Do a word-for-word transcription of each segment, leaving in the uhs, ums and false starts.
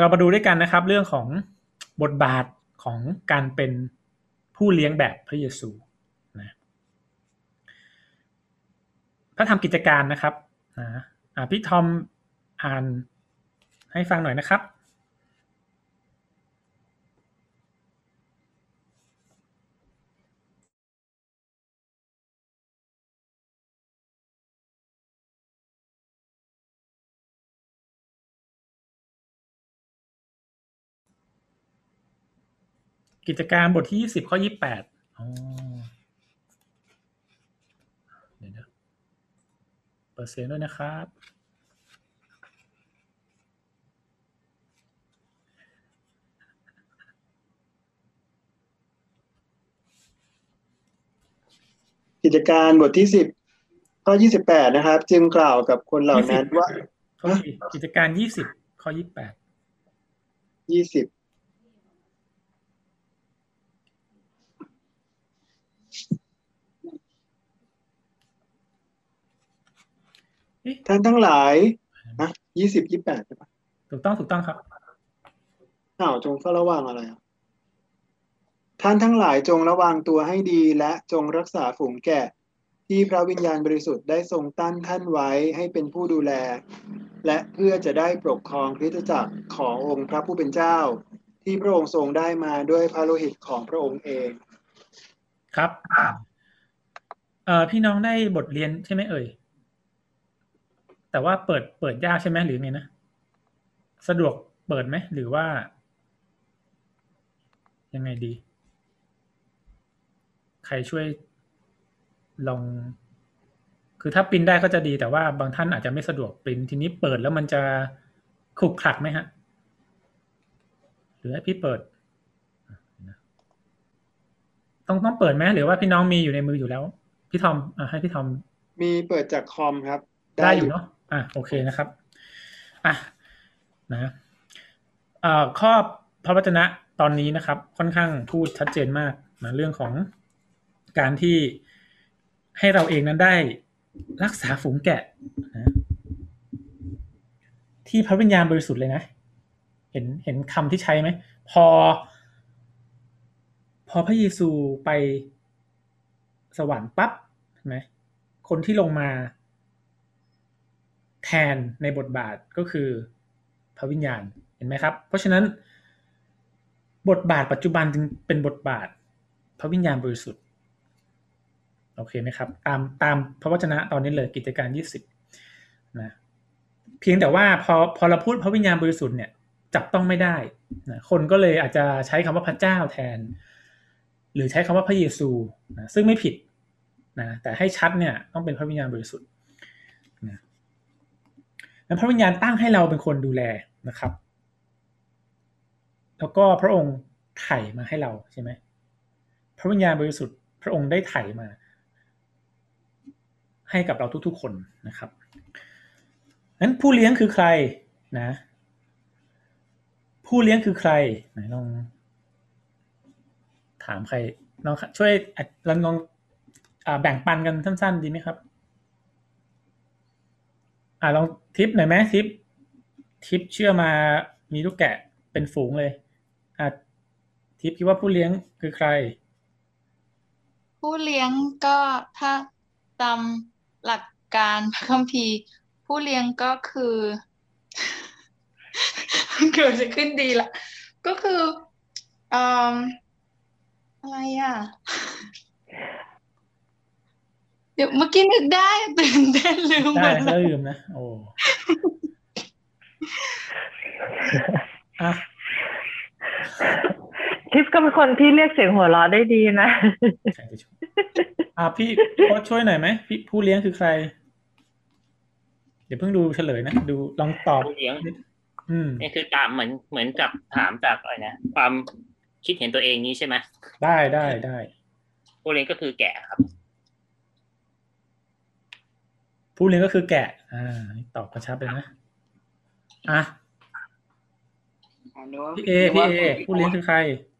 เรามาดูด้วยกันนะครับเรื่องของบทบาทของการเป็นผู้เลี้ยงแบบพระเยซูนะพระธรรมกิจการนะครับนะอ่ะพี่ทอมอ่านให้ฟังหน่อยนะครับกิจการบทที่ยี่สิบข้อยี่สิบแปดอ๋อเดี๋ยวนะเปิดเสียงด้วยนะครับกิจการบทที่สิบข้อยี่สิบแปดนะครับจึงกล่าวกับคนเหล่านั้นว่ากิจการยี่สิบข้อยี่สิบแปดยี่สิบท่านทั้งหลายนะยี่สิบยี่สิบแปดใช่ปะถูกต้องถูกต้องครับอ้าวจงเฝ้าระวังอะไรอ่ะท่านทั้งหลายจงระวังตัวให้ดีและจงรักษาฝูงแกะที่พระวิญญาณบริสุทธิ์ได้ทรงตั้งท่านไว้ให้เป็นผู้ดูแลและเพื่อจะได้ปกครองคริสตจักรขององค์พระผู้เป็นเจ้าที่พระองค์ทรงได้มาด้วยพระโลหิตของพระองค์เองครับเอ่อพี่น้องได้บทเรียนใช่ไหมเอ่ยแต่ว่าเปิดเปิดยากใช่ไหมหรือไงนะสะดวกเปิดไหมหรือว่ายังไงดีใครช่วยลองคือถ้าปริ้นได้ก็จะดีแต่ว่าบางท่านอาจจะไม่สะดวกปริ้นทีนี้เปิดแล้วมันจะขลุกขลักไหมฮะหรือให้พี่เปิดต้องต้องเปิดไหมหรือว่าพี่น้องมีอยู่ในมืออยู่แล้วพี่ทอมอ่ะให้พี่ทอมมีเปิดจากคอมครับได้อยู่เนาะอ่ะโอเคนะครับอ่ะนะเอ่อข้อพระวจนะตอนนี้นะครับค่อนข้างพูดชัดเจนมากนะเรื่องของการที่ให้เราเองนั้นได้รักษาฝูงแกะนะที่พระวิญญาณบริสุทธิ์เลยนะเห็นเห็นคำที่ใช้ไหมพอพอพระเยซูไปสวรรค์ปั๊บใช่ไหมคนที่ลงมาแทนในบทบาทก็คือพระวิญญาณเห็นไหมครับเพราะฉะนั้นบทบาทปัจจุบันจึงเป็นบทบาทพระวิญญาณบริสุทธิ์โอเคไหมครับตามตามพระวจนะตอนนี้เลยกิจการยี่สิบนะเพียงแต่ว่าพอพอเราพูดพระวิญญาณบริสุทธิ์เนี่ยจับต้องไม่ได้นะคนก็เลยอาจจะใช้คำว่าพระเจ้าแทนหรือใช้คำว่าพระเยซูนะซึ่งไม่ผิดนะแต่ให้ชัดเนี่ยต้องเป็นพระวิญญาณบริสุทธิ์นะแล้วพระวิญญาณตั้งให้เราเป็นคนดูแลนะครับแล้วก็พระองค์ไถ่มาให้เราใช่ไหมพระวิญญาณบริสุทธิ์พระองค์ได้ไถ่มาให้กับเราทุกๆคนนะครับนั้นผู้เลี้ยงคือใครนะผู้เลี้ยงคือใครไหนลองถามใครลองช่วยลองลองแบ่งปันกันสั้นๆดีไหมครับอ่าลองทิปหน่อยไหมทิปทิปเชื่อมามีลูกแกะเป็นฝูงเลยอ่าทิปคิดว่าผู้เลี้ยงคือใครผู้เลี้ยงก็ถ้าตามหลักการพระคัมภีร์ผู้เลี้ยงก็คือเกิดจะขึ้นดีละก็คืออ่าอะไรอ่ะเดี๋ยวเมื่อกี้นึกได้ตื่นเต้นลืมได้แล้วลืมนะโอ้อะทิปก็เป็นคนที่เรียกเสียงหัวเราะได้ดีนะอ่าพี่พอช่วยหน่อยไหมพี่ผู้เลี้ยงคือใครเดี๋ยวเพิ่งดูเฉลยนะดูลองตอบผู้เลี้ยงอืมนี่คือตามเหมือนเหมือนกับถามจากอะไรนะความคิดเห็นตัวเองนี้ใช่ไหมได้ได้ได้ผู้เลี้ยงก็คือแกะครับผู้เลี้ยงก็คือแกะอ่าตอบกระชับเลยนะอ่ะพี่เอพี่เอผู้เลี้ยงคือใคร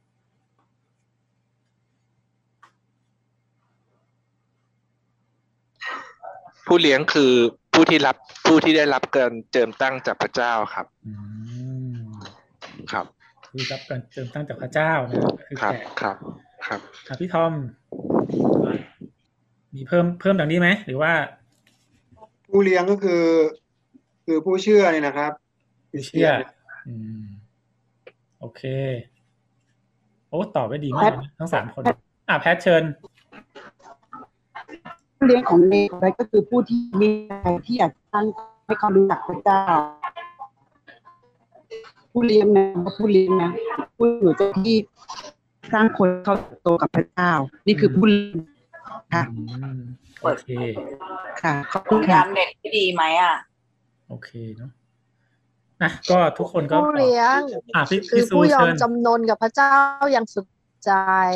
ผู้เลี้ยงคือผู้ที่รับผู้ที่ได้รับการเจิมตั้งจากพระเจ้าครับครับคือรับการเติมตั้งจากพระเจ้านะคือแกะครับครับครับพี่ทอมมีเพิ่มเพิ่มดังนี้ไหมหรือว่าผู้เลี้ยงก็คือ คือผู้เชื่อเนี่ยนะครับผู้เชื่ออืมโอเคโอ้ตอบได้ดีมากทั้งสามคนอ่ะแพทเชิญผู้เลี้ยงของเด็กอะไรก็คือผู้ที่มีที่อยากตั้งให้เขารู้จักพระเจ้าผู้เลี้ยงนะผู้เลี้ยงนะผู้อยู่ที่สร้างคนเขาโตกับพระเจ้านี่คือผู้เลี้ยงค่ะโอเคค่ะขอบคุณค่ะเด็กที่ดีไหมอ่ะโอเคเนาะนะก็ทุกคนก็ผู้เลี้ยงอ่ะพี่คือผู้ยอมจำนนกับพระเจ้าอย่างสุดใจ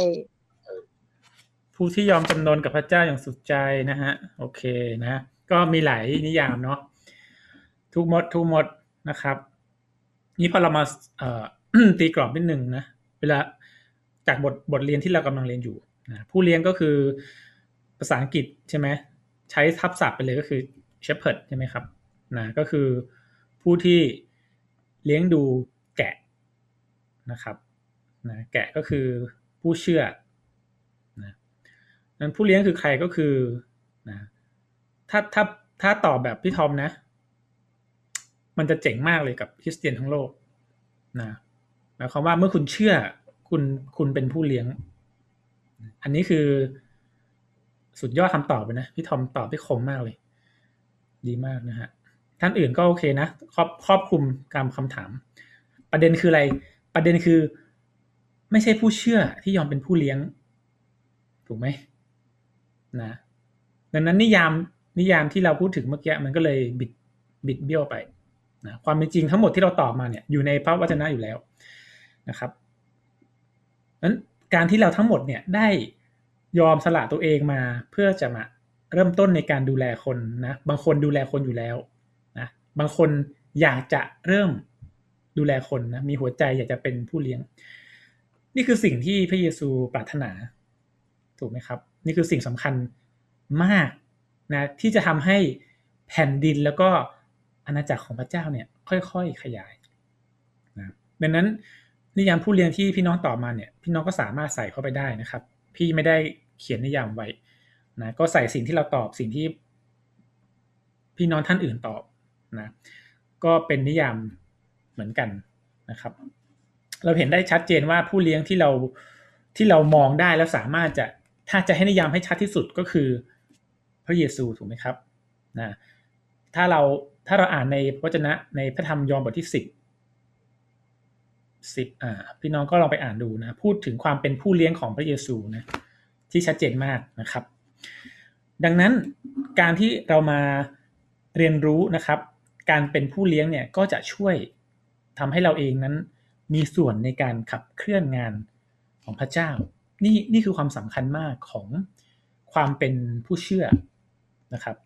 ผู้ที่ยอมจำนนกับพระเจ้าอย่างสุดใจนะฮะโอเคนะก็มีหลายนิยามเนาะทุกหมดทุกหมดนะครับนี่พอเรามาเอ่อ ตีกรอบนิดนึงนะเวลาจากบทบทเรียนที่เรากำลังเรียนอยู่นะผู้เลี้ยงก็คือภาษาอังกฤษใช่ไหมใช้ทับศัพท์ไปเลยก็คือ shepherd ใช่ไหมครับนะก็คือผู้ที่เลี้ยงดูแกะนะครับนะแกะก็คือผู้เชื่อนะนั้นผู้เลี้ยงคือใครก็คือนะถ้าถ้าถ้าตอบแบบพี่ทอมนะมันจะเจ๋งมากเลยกับคริสเตียนทั้งโลกนะหมายความว่าเมื่อคุณเชื่อคุณคุณเป็นผู้เลี้ยงอันนี้คือสุดยอดคำตอบเลยนะพี่ทอมตอบได้คมมากเลยดีมากนะฮะท่านอื่นก็โอเคนะครอบครอบคลุมตามคำถามประเด็นคืออะไรประเด็นคือไม่ใช่ผู้เชื่อที่ยอมเป็นผู้เลี้ยงถูกไหมนะดังนั้นนิยามนิยามที่เราพูดถึงเมื่อกี้มันก็เลยบิดบิดเบี้ยวไปนะความเป็นจริงทั้งหมดที่เราตอบมาเนี่ยอยู่ในพระวจนะอยู่แล้วนะครับนั้นการที่เราทั้งหมดเนี่ยได้ยอมสละตัวเองมาเพื่อจะมาเริ่มต้นในการดูแลคนนะบางคนดูแลคนอยู่แล้วนะบางคนอยากจะเริ่มดูแลคนนะมีหัวใจอยากจะเป็นผู้เลี้ยงนี่คือสิ่งที่พระเยซูปรารถนาถูกไหมครับนี่คือสิ่งสำคัญมากนะที่จะทำให้แผ่นดินแล้วก็อาณาจักรของพระเจ้าเนี่ยค่อยๆขยายนะดังนั้นนิยามผู้เลี้ยงที่พี่น้องตอบมาเนี่ยพี่น้องก็สามารถใส่เข้าไปได้นะครับพี่ไม่ได้เขียนนิยามไว้นะก็ใส่สิ่งที่เราตอบสิ่งที่พี่น้องท่านอื่นตอบนะก็เป็นนิยามเหมือนกันนะครับเราเห็นได้ชัดเจนว่าผู้เลี้ยงที่เราที่เรามองได้แล้วสามารถจะถ้าจะให้นิยามให้ชัดที่สุดก็คือพระเยซูถูกไหมครับนะถ้าเราถ้าเราอ่านในพระวจนะในพระธรรมยอห์นบทที่สิบ สิบอ่าพี่น้องก็ลองไปอ่านดูนะพูดถึงความเป็นผู้เลี้ยงของพระเยซูนะที่ชัดเจนมากนะครับดังนั้นการที่เรามาเรียนรู้นะครับการเป็นผู้เลี้ยงเนี่ยก็จะช่วยทำให้เราเองนั้นมีส่วนในการขับเคลื่อนงานของพระเจ้านี่นี่คือความสำคัญมากของความเป็นผู้เชื่อนะครับ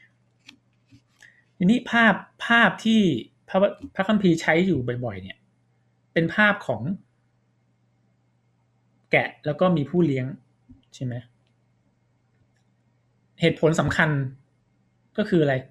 ทีนี้ภาพภาพที่พระพระคัมภีร์ใช้อยู่บ่อยๆเนี่ยเป็นภาพของแกะแล้วก็มีผู้เลี้ยงใช่ไหมเหตุผลสำคัญก็คืออะไร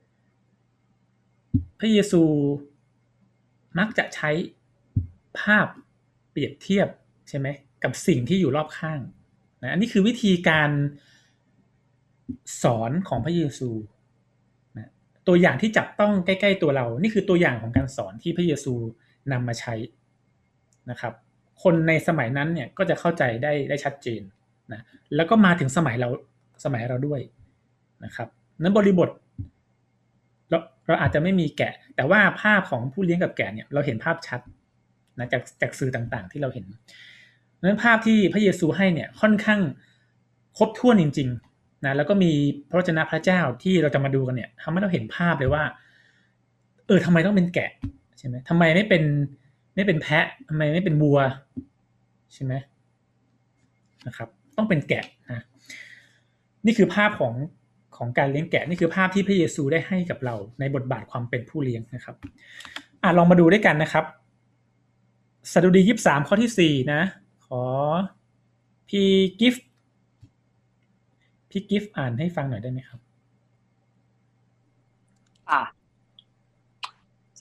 พระเยซูมักจะใช้ภาพเปรียบเทียบใช่ไหมกับสิ่งที่อยู่รอบข้างนะอันนี้คือวิธีการสอนของพระเยซูนะตัวอย่างที่จับต้องใกล้ๆตัวเรานี่คือตัวอย่างของการสอนที่พระเยซูนำมาใช้นะครับคนในสมัยนั้นเนี่ยก็จะเข้าใจได้ได้ชัดเจนนะแล้วก็มาถึงสมัยเราสมัยเราด้วยนะครับนั้นบริบทเราเราอาจจะไม่มีแกะแต่ว่าภาพของผู้เลี้ยงกับแกะเนี่ยเราเห็นภาพชัดนะจากจากสื่อต่างๆที่เราเห็นนั้นภาพที่พระเยซูให้เนี่ยค่อนข้างครบถ้วนจริงๆนะแล้วก็มีพระวจนะพระเจ้าที่เราจะมาดูกันเนี่ยทำให้เราเห็นภาพเลยว่าเออทำไมต้องเป็นแกะใช่ไหมทำไมไม่เป็นไม่เป็นแพะทำไมไม่เป็นวัวใช่ไหมนะครับต้องเป็นแกะนะนี่คือภาพของของการเลี้ยงแกะนี่คือภาพที่พระเยซูได้ให้กับเราในบทบาทความเป็นผู้เลี้ยงนะครับอ่ะลองมาดูด้วยกันนะครับสดุดียี่สิบสามข้อที่สี่นะขอพี่กิฟต์พี่กิฟต์อ่านให้ฟังหน่อยได้ไหมครับอ่ะส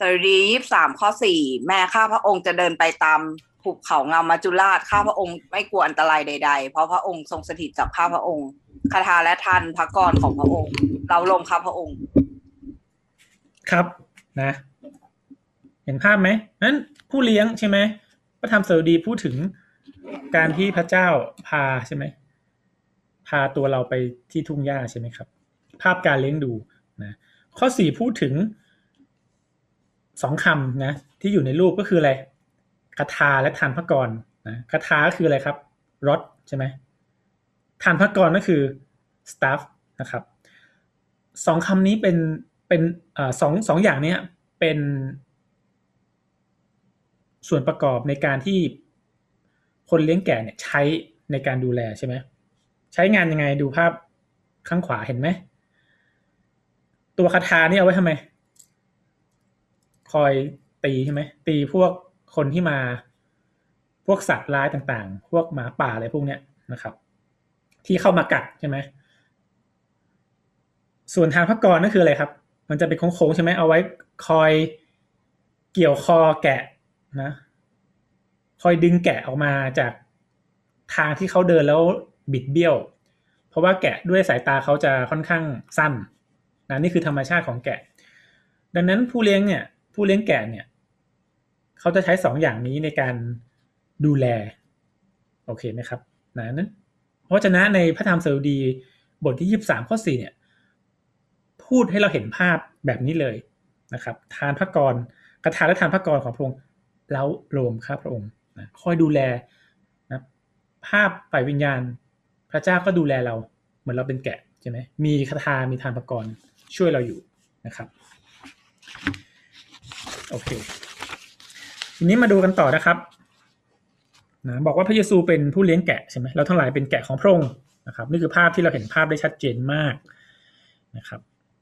ดุดียี่สิบสามข้อสี่แม่ข้าพระองค์จะเดินไปตามภูเขาเงามัจจุราชข้าพระองค์ไม่กลัวอันตรายใดๆเพราะพระองค์ทรงสถิตกับข้าพระองค์คาถาและทันพระกรของพระองค์เราลมข้าพระองค์ครับนะเห็นภาพไหมนั้นผู้เลี้ยงใช่ไหมพระธรรมสดุดีพูดถึงการที่พระเจ้าพาใช่ไหมพาตัวเราไปที่ทุ่งหญ้าใช่ไหมครับภาพการเลี้ยงดูนะข้อสี่พูดถึงสองคำนะที่อยู่ในรูปก็คืออะไรคาถาและทานพระกรนะคาถาก็คืออะไรครับรถใช่ไหมทานพระกรก็คือ staff นะครับสองคำนี้เป็นเป็นอ่าสองสองอย่างนี้เป็นส่วนประกอบในการที่คนเลี้ยงแกะเนี่ยใช้ในการดูแลใช่ไหมใช้งานยังไงดูภาพข้างขวาเห็นไหมตัวคาถานี่เอาไว้ทำไมคอยตีใช่ไหมตีพวกคนที่มาพวกสัตว์ร้ายต่างๆพวกหมาป่าอะไรพวกเนี้ยนะครับที่เข้ามากัดใช่ไหมส่วนทางพระกรนั่นคืออะไรครับมันจะเป็นโค้งๆใช่ไหมเอาไว้คอยเกี่ยวคอแกะนะคอยดึงแกะออกมาจากทางที่เขาเดินแล้วบิดเบี้ยวเพราะว่าแกะด้วยสายตาเขาจะค่อนข้างสั้นนะนี่คือธรรมชาติของแกะดังนั้นผู้เลี้ยงเนี่ยผู้เลี้ยงแกะเนี่ยเขาจะใช้สองอย่างนี้ในการดูแลโอเคไหมครับนะนั้นเพราะฉะนั้นในพระธรรมสดุดีบทที่ยี่สิบสามข้อสี่เนี่ยพูดให้เราเห็นภาพแบบนี้เลยนะครับทานพระกรคาถาและทานพระกรของพระองค์เล้าโลมข้าพระองค์นะคอยดูแลนะภาพฝ่ายวิญญาณพระเจ้าก็ดูแลเราเหมือนเราเป็นแกะใช่ไหมมีคาถามีทานพระกรช่วยเราอยู่นะครับโอเคทีนี้มาดูกันต่อนะครับนะบอกว่าพระเยซูเป็นผู้เลี้ยงแกะใช่ไหมเราทั้งหลายเป็นแกะของพระองค์นะครับนี่คือภาพที่เราเห็นภาพได้ชัดเจนมากนะครับ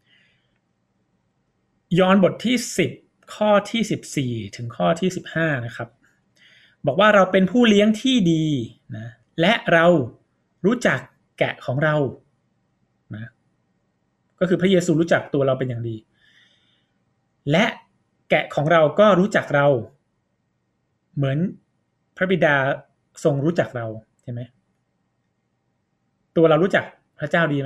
ยอห์นบทที่สิบข้อที่สิบสี่ถึงข้อที่สิบห้านะครับบอกว่าเราเป็นผู้เลี้ยงที่ดีนะและเรารู้จักแกะของเรานะก็คือพระเยซูรู้จักตัวเราเป็นอย่างดีและแกะของเราก็รู้จักเราเหมือนพระบิดาทรงรู้จักเราใช่ไหมตัวเรารู้จักพระเจ้าดีไหม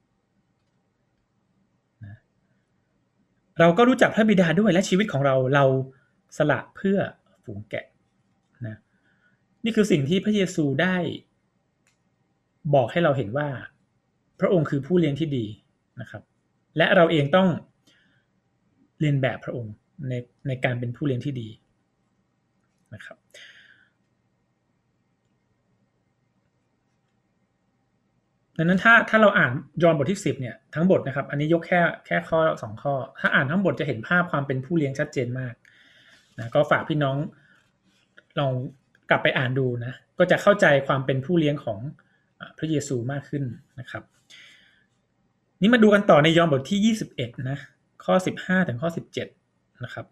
นะเราก็รู้จักพระบิดาด้วยและชีวิตของเราเราสละเพื่อฝูงแกะนะนี่คือสิ่งที่พระเยซูได้บอกให้เราเห็นว่าพระองค์คือผู้เลี้ยงที่ดีนะครับและเราเองต้องเรียนแบบพระองค์ในในการเป็นผู้เลี้ยงที่ดีนะครับดังนั้นถ้าถ้าเราอ่านยอห์นบทที่สิบเนี่ยทั้งบทนะครับอันนี้ยกแค่แค่ข้อสองข้อถ้าอ่านทั้งบทจะเห็นภาพความเป็นผู้เลี้ยงชัดเจนมากนะก็ฝากพี่น้องลองกลับไปอ่านดูนะก็จะเข้าใจความเป็นผู้เลี้ยงของพระเยซูมากขึ้นนะครับนี่มาดูกันต่อในยอห์นบทที่ยี่สิบเอ็ดนะข้อสิบห้าถึงข้อสิบเจ็ดนะครับ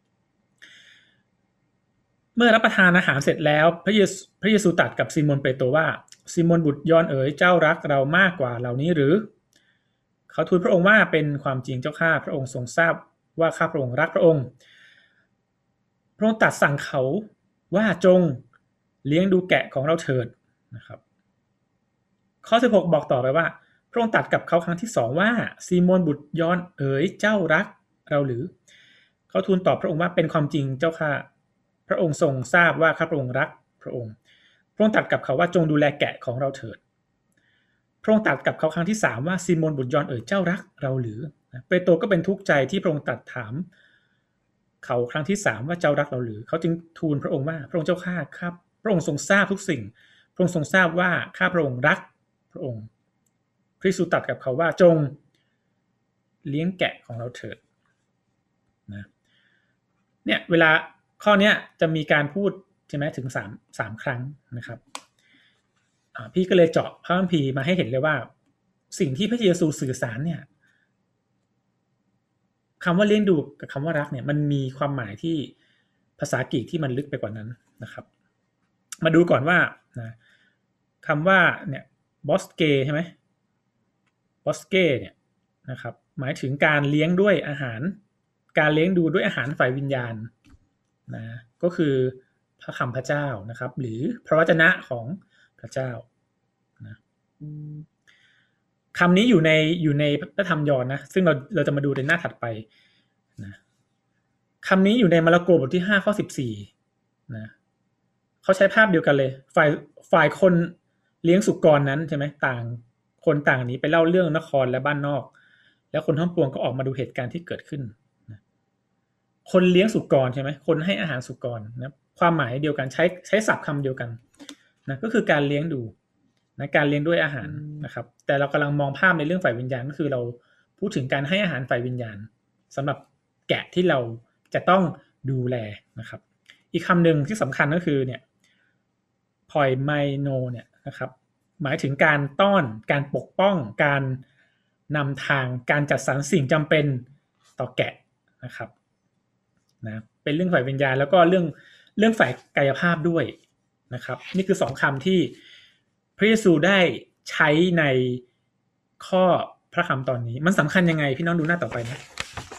เมื่อรับประทานอาหารเสร็จแล้วพระเยซูพระเยซูตรัสกับซีโมนเปโตรว่าซีโมนบุตรยอห์นเอ๋ยเจ้ารักเรามากกว่าเหล่านี้หรือเขาทูลพระองค์ว่าเป็นความจริงเจ้าข้าพระองค์ทรงทราบว่าข้าพระองค์รักพระองค์พระองค์ตรัสสั่งเขาว่าจงเลี้ยงดูแกะของเราเถิดนะครับข้อสิบหกบอกต่อไปว่าพระองค์ตรัสกับเขาครั้งที่สองว่าซีโมนบุตรยอห์นเอ๋ยเจ้ารักเราหรือเขาทูลตอบพระองค์ว่าเป็นความจริงเจ้าข้าพระองค์ทรงทราบว่าข้าพระองค์รักพระองค์พระองค์ตรัสกับเขาว่าจงดูแลแกะของเราเถิดพระองค์ตรัสกับเขาครั้งที่สามว่าซีโมนบุตรยอห์นเอ๋ยเจ้ารักเราหรือเปโตรก็เป็นทุกข์ใจที่พระองค์ตรัสถามเขาครั้งที่สามว่าเจ้ารักเราหรือเขาจึงทูลพระองค์ว่าพระองค์เจ้าข้าครับพระองค์ทรงทราบทุกสิ่งพระองค์ทรงทราบว่าข้าพระองค์รักพระองค์พระเยซูตรัสกับเขาว่าจงเลี้ยงแกะของเราเถิดนะเนี่ยเวลาข้อเนี้ยจะมีการพูดใช่ไหมถึงสามสามครั้งนะครับพี่ก็เลยเจาะพระคัมภีร์มาให้เห็นเลยว่าสิ่งที่พระเยซูสื่อสารเนี่ยคำว่าเลี้ยงดูกับคำว่ารักเนี่ยมันมีความหมายที่ภาษากรีกที่มันลึกไปกว่านั้นนะครับมาดูก่อนว่านะคำว่าเนี่ยบอสเกใช่ไหมบอสเกเนี่ยนะครับหมายถึงการเลี้ยงด้วยอาหารการเลี้ยงดูด้วยอาหารฝ่ายวิญญาณนะก็คือพระคำพระเจ้านะครับหรือพระวจนะของพระเจ้านะคำนี้อยู่ในอยู่ในพระธรรมยอห์นนะซึ่งเราเราจะมาดูในหน้าถัดไปนะคำนี้อยู่ในมาระโกบทที่ห้าข้อสิบสี่นะเขาใช้ภาพเดียวกันเลยฝ่ายฝ่ายคนเลี้ยงสุกรนั้นใช่ไหมต่างคนต่างหนีไปเล่าเรื่องนครและบ้านนอกแล้วคนทั้งปวงก็ออกมาดูเหตุการณ์ที่เกิดขึ้นนะคนเลี้ยงสุกรใช่ไหมคนให้อาหารสุกรนะความหมายเดียวกันใช้ใช้ศัพท์คำเดียวกันนะก็คือการเลี้ยงดูนะการเลี้ยงด้วยอาหารนะครับแต่เรากำลังมองภาพในเรื่องฝ่ายวิญญาณก็คือเราพูดถึงการให้อาหารฝ่ายวิญญาณสำหรับแกะที่เราจะต้องดูแลนะครับอีกคำหนึ่งที่สำคัญก็คือเนี่ยพอยไมโนเนี่ยนะครับหมายถึงการต้อนการปกป้องการนำทางการจัดสรรสิ่งจำเป็นต่อแกะนะครับนะเป็นเรื่องฝ่ายวิญญาณแล้วก็เรื่องเรื่องฝ่ายกายภาพด้วยนะครับนี่คือสองคำที่พระเยซูได้ใช้ในข้อพระคำตอนนี้มันสำคัญยังไงพี่น้องดูหน้าต่อไปนะ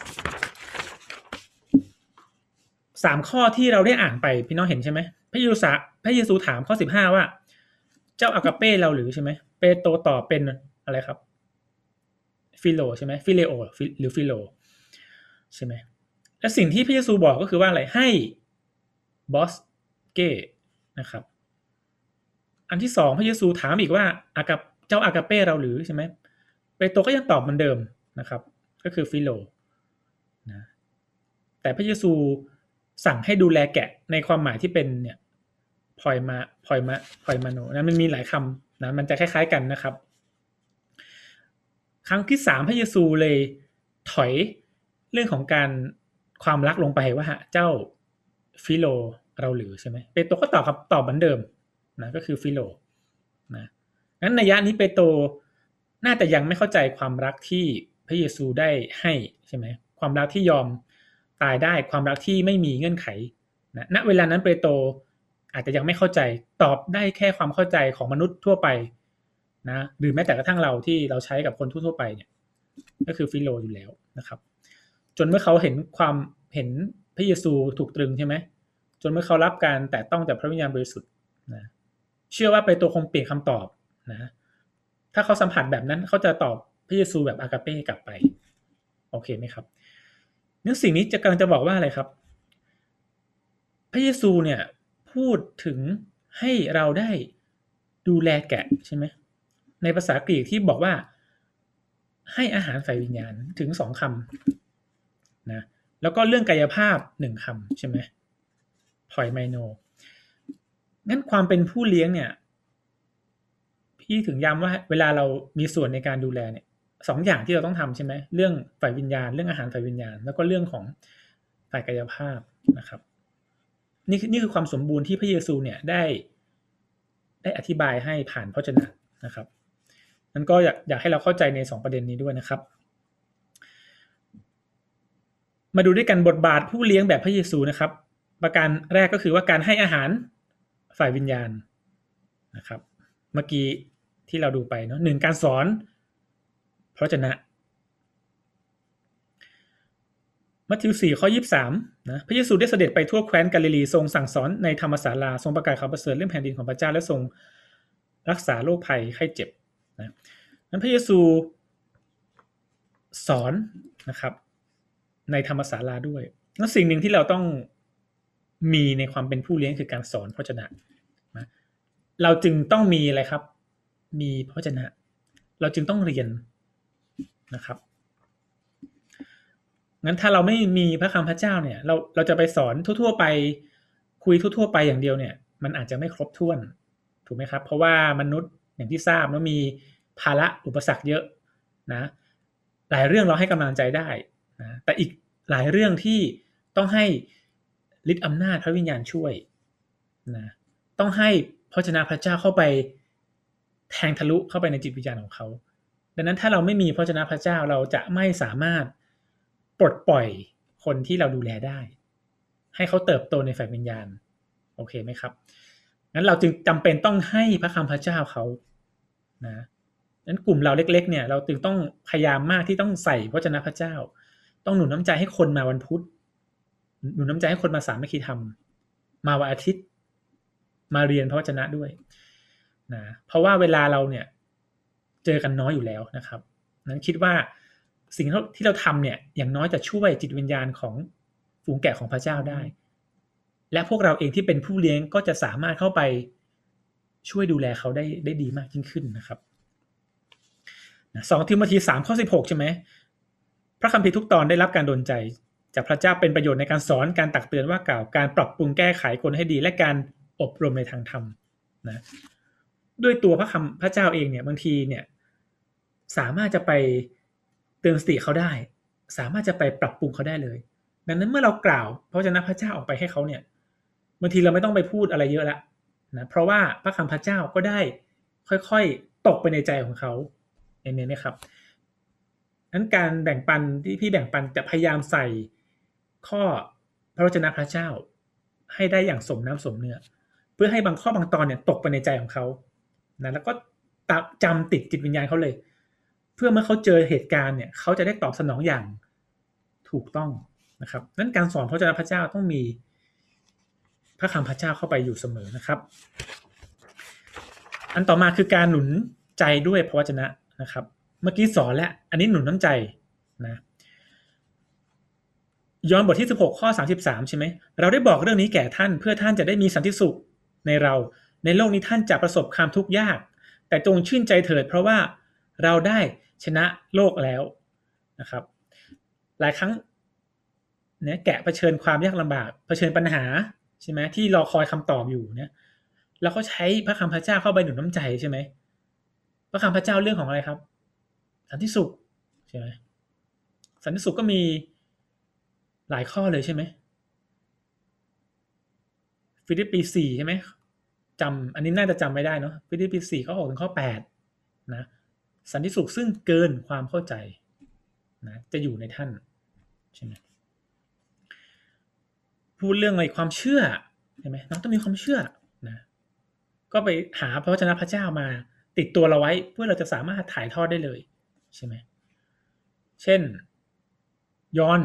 สามข้อที่เราได้อ่านไปพี่น้องเห็นใช่ไหมพระเยซูพระเยซูถามข้อสิบห้าว่าเจ้าอากาเป้เราหรือใช่ไหมเปโตรตอบเป็นอะไรครับฟิโลใช่ไหมฟิเลโอหรือฟิโลใช่ไหมและสิ่งที่พระเยซูบอกก็คือว่าอะไรให้บอสเก้นะครับอันที่สองพระเยซูถามอีกว่าอากาเจ้าอากาเป้เราหรือใช่ไหมเปโตรก็ยังตอบเหมือนเดิมนะครับก็คือฟิโลนะแต่พระเยซูสั่งให้ดูแลแกะในความหมายที่เป็นเนี่ยพอยมาพอยมาพอยมาโนนะมันมีหลายคำนะมันจะคล้ายๆกันนะครับครั้งที่สามพระเยซูเลยถอยเรื่องของการความรักลงไปว่าเจ้าฟิโลเราหรือใช่ไหมเปโตรก็ตอบครับตอบเหมือนเดิมนะก็คือฟิโลนะงั้นนัยยะนี้เปโตรน่าจะยังไม่เข้าใจความรักที่พระเยซูได้ให้ใช่ไหมความรักที่ยอมตายได้ความรักที่ไม่มีเงื่อนไขนะณเวลานั้นเปโตรอาจจะยังไม่เข้าใจตอบได้แค่ความเข้าใจของมนุษย์ทั่วไปนะหรือแม้แต่กระทั่งเราที่เราใช้กับคนทั่วไปเนี่ยก็คือฟิโลอยู่แล้วนะครับจนเมื่อเขาเห็นความเห็นพระเยซูถูกตรึงใช่ไหมจนเมื่อเขารับการแตะต้องจากพระวิญญาณบริสุทธิ์นะเชื่อว่าเปโตรคงเปลี่ยนคำตอบนะถ้าเขาสัมผัสแบบนั้นเขาจะตอบพระเยซูแบบอากาเป้กลับไปโอเคไหมครับเรื่องสิ่งนี้จะกำลังจะบอกว่าอะไรครับพระเยซูเนี่ยพูดถึงให้เราได้ดูแลแกะใช่ไหมในภาษากรีกที่บอกว่าให้อาหารฝ่ายวิญญาณถึงสองคำนะแล้วก็เรื่องกายภาพหนึ่งคำใช่ไหมพอยไมโนงั้นความเป็นผู้เลี้ยงเนี่ยพี่ถึงย้ำว่าเวลาเรามีส่วนในการดูแลเนี่ยสองอย่างที่เราต้องทำใช่ไหมเรื่องฝ่ายวิญญาณเรื่องอาหารฝ่ายวิญญาณแล้วก็เรื่องของฝ่ายกายภาพนะครับนี่นี่คือความสมบูรณ์ที่พระเยซูเนี่ยได้ได้อธิบายให้ผ่านพระวจนะนะครับนั้นก็อยากอยากให้เราเข้าใจในสองประเด็นนี้ด้วยนะครับมาดูด้วยกันบทบาทผู้เลี้ยงแบบพระเยซูนะครับประการแรกก็คือว่าการให้อาหารฝ่ายวิญญาณนะครับเมื่อกี้ที่เราดูไปเนาะหนึ่งการสอนพระวจนะมัทธิวสี่ข้อยี่สิบสามนะพระเยซูได้เสด็จไปทั่วแคว้นกาลิลีทรงสั่งสอนในธรรมศาลาทรงประกาศข่าวประเสริฐเรื่องแผ่นดินของพระเจ้าและทรงรักษาโรคภัยไข้เจ็บนะนั้นพระเยซูสอนนะครับในธรรมศาลาด้วยแล้วสิ่งหนึ่งที่เราต้องมีในความเป็นผู้เลี้ยงคือการสอนพระวจนะนะเราจึงต้องมีอะไรครับมีพระวจนะเราจึงต้องเรียนนะครับงั้นถ้าเราไม่มีพระคำพระเจ้าเนี่ยเราเราจะไปสอนทั่วๆไปคุยทั่วๆไปอย่างเดียวเนี่ยมันอาจจะไม่ครบถ้วนถูกไหมครับเพราะว่ามนุษย์อย่างที่ทราบว่ามีภาระอุปสรรคเยอะนะหลายเรื่องเราให้กำลังใจได้นะแต่อีกหลายเรื่องที่ต้องให้ฤทธิ์อำนาจพระวิญญาณช่วยนะต้องให้พระวจนะพระเจ้าเข้าไปแทงทะลุเข้าไปในจิตวิญญาณของเขาดังนั้นถ้าเราไม่มีพระวจนะพระเจ้าเราจะไม่สามารถปลดปล่อยคนที่เราดูแลได้ให้เขาเติบโตในฝ่ายวิญญาณโอเคไหมครับงั้นเราจึงจำเป็นต้องให้พระคำพระเจ้าเขานะงั้นกลุ่มเราเล็กๆเนี่ยเราจึงต้องพยายามมากที่ต้องใส่พระวจนะพระเจ้าต้องหนุนน้ำใจให้คนมาวันพุธหนุนน้ำใจให้คนมาสามัคคีธรรมมาวันอาทิตย์มาเรียนพระวจนะด้วยนะเพราะว่าเวลาเราเนี่ยเจอกันน้อยอยู่แล้วนะครับนั้นคิดว่าสิ่งที่เราทำเนี่ยอย่างน้อยจะช่วยจิตวิญญาณของฝูงแกะของพระเจ้าได้และพวกเราเองที่เป็นผู้เลี้ยงก็จะสามารถเข้าไปช่วยดูแลเขาได้ได้ดีมากยิ่งขึ้นนะครับสองทิโมธีสามข้อสิบหกใช่ไหมพระคัมภีร์ทุกตอนได้รับการดลใจจากพระเจ้าเป็นประโยชน์ในการสอนการตักเตือนว่ากล่าวการปรับปรุงแก้ไขคนให้ดีและการอบรมในทางธรรมนะด้วยตัวพระคำพระเจ้าเองเนี่ยบางทีเนี่ยสามารถจะไปเตือนสติเขาได้สามารถจะไปปรับปรุงเขาได้เลยดังนั้นเมื่อเรากล่าวพระวจนะพระเจ้าออกไปให้เขาเนี่ยบางทีเราไม่ต้องไปพูดอะไรเยอะละนะเพราะว่าพระคำพระเจ้าก็ได้ค่อยๆตกไปในใจของเขาเห็นไหมครับนั้นการแบ่งปันที่พี่แบ่งปันจะพยายามใส่ข้อพระวจนะพระเจ้าให้ได้อย่างสมน้ำสมเนื้อเพื่อให้บางข้อบางตอนเนี่ยตกไปในใจของเขานะแล้วก็จำติดจิตวิญญาณเขาเลยเพื่อเมื่อเขาเจอเหตุการณ์เนี่ยเขาจะได้ตอบสนองอย่างถูกต้องนะครับนั้นการสอนพระวจนะพระเจ้าต้องมีพระคำพระเจ้าเข้าไปอยู่เสมอนะครับอันต่อมาคือการหนุนใจด้วยพระวจนะนะครับเมื่อกี้สอนแล้วอันนี้หนุนน้ำใจนะย้อนบทที่สิบหกข้อสามสิบสามใช่ไหมเราได้บอกเรื่องนี้แก่ท่านเพื่อท่านจะได้มีสันติสุขในเราในโลกนี้ท่านจะประสบความทุกข์ยากแต่จงชื่นใจเถิดเพราะว่าเราได้ชนะโลกแล้วนะครับหลายครั้งเนี่ยแกะเผชิญความยากลำบากเผชิญปัญหาใช่ไหมที่รอคอยคำตอบอยู่เนี่ยแล้วเขาใช้พระคำพระเจ้าเข้าไปหนุนน้ำใจใช่ไหมพระคำพระเจ้าเรื่องของอะไรครับสันติสุขใช่ไหมสันติสุขก็มีหลายข้อเลยใช่ไหมฟิลิปปีสี่ใช่ไหมจำอันนี้น่าจะจำไม่ได้เนาะฟิลิปปีสี่ข้อหกถึงข้อแปดนะสันติสุขซึ่งเกินความเข้าใจนะจะอยู่ในท่านใช่ไหมพูดเรื่องอะไรความเชื่อใช่ไหมน้องต้องมีความเชื่อนะก็ไปหาพระวจนะพระเจ้ามาติดตัวเราไว้เพื่อเราจะสามารถถ่ายทอดได้เลยใช่ไหมเช่นยอห์น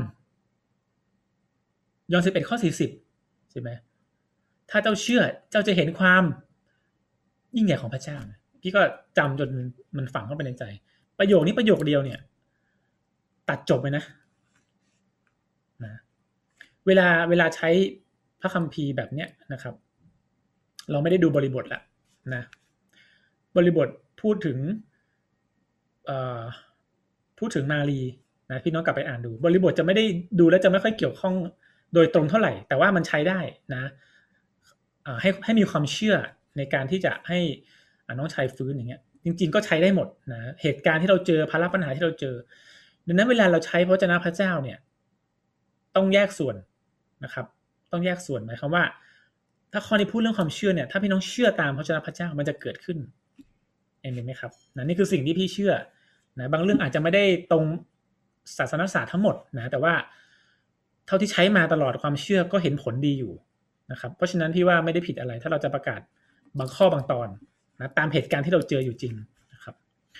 ยอห์นสิบเอ็ดข้อสี่สิบใช่ไหมถ้าเจ้าเชื่อเจ้าจะเห็นความยิ่งใหญ่ของพระเจ้าพี่ก็จำจนมันฝังเข้าไปในใจประโยคนี้ประโยคเดียวเนี่ยตัดจบเลยนะนะเวลาเวลาใช้พระคัมภีร์แบบเนี้ยนะครับเราไม่ได้ดูบริบทละนะบริบทพูดถึงเอ่อพูดถึงมารีนะพี่น้องกลับไปอ่านดูบริบทจะไม่ได้ดูแล้วจะไม่ค่อยเกี่ยวข้องโดยตรงเท่าไหร่แต่ว่ามันใช้ได้นะให้ให้มีความเชื่อในการที่จะให้น้องชายฟื้นอย่างเงี้ยจริงๆก็ใช้ได้หมดนะเหตุการณ์ที่เราเจอภาระปัญหาที่เราเจอดังนั้นเวลาเราใช้พระวจนะพระเจ้าเนี่ยต้องแยกส่วนนะครับต้องแยกส่วนหมายความว่าถ้าข้อนี้พูดเรื่องความเชื่อเนี่ยถ้าพี่น้องเชื่อตามพระวจนะพระเจ้ามันจะเกิดขึ้นเห็นไหมครับนะนี่คือสิ่งที่พี่เชื่อนะบางเรื่องอาจจะไม่ได้ตรงศาสนศาสตร์ทั้งหมดนะแต่ว่าเท่าที่ใช้มาตลอดความเชื่อก็เห็นผลดีอยู่นะครับเพราะฉะนั้นพี่ว่าไม่ได้ผิดอะไรถ้าเราจะประกาศบางข้อบางตอนนะตามเหตุการณ์ที่เราเจออยู่จริงนะครับ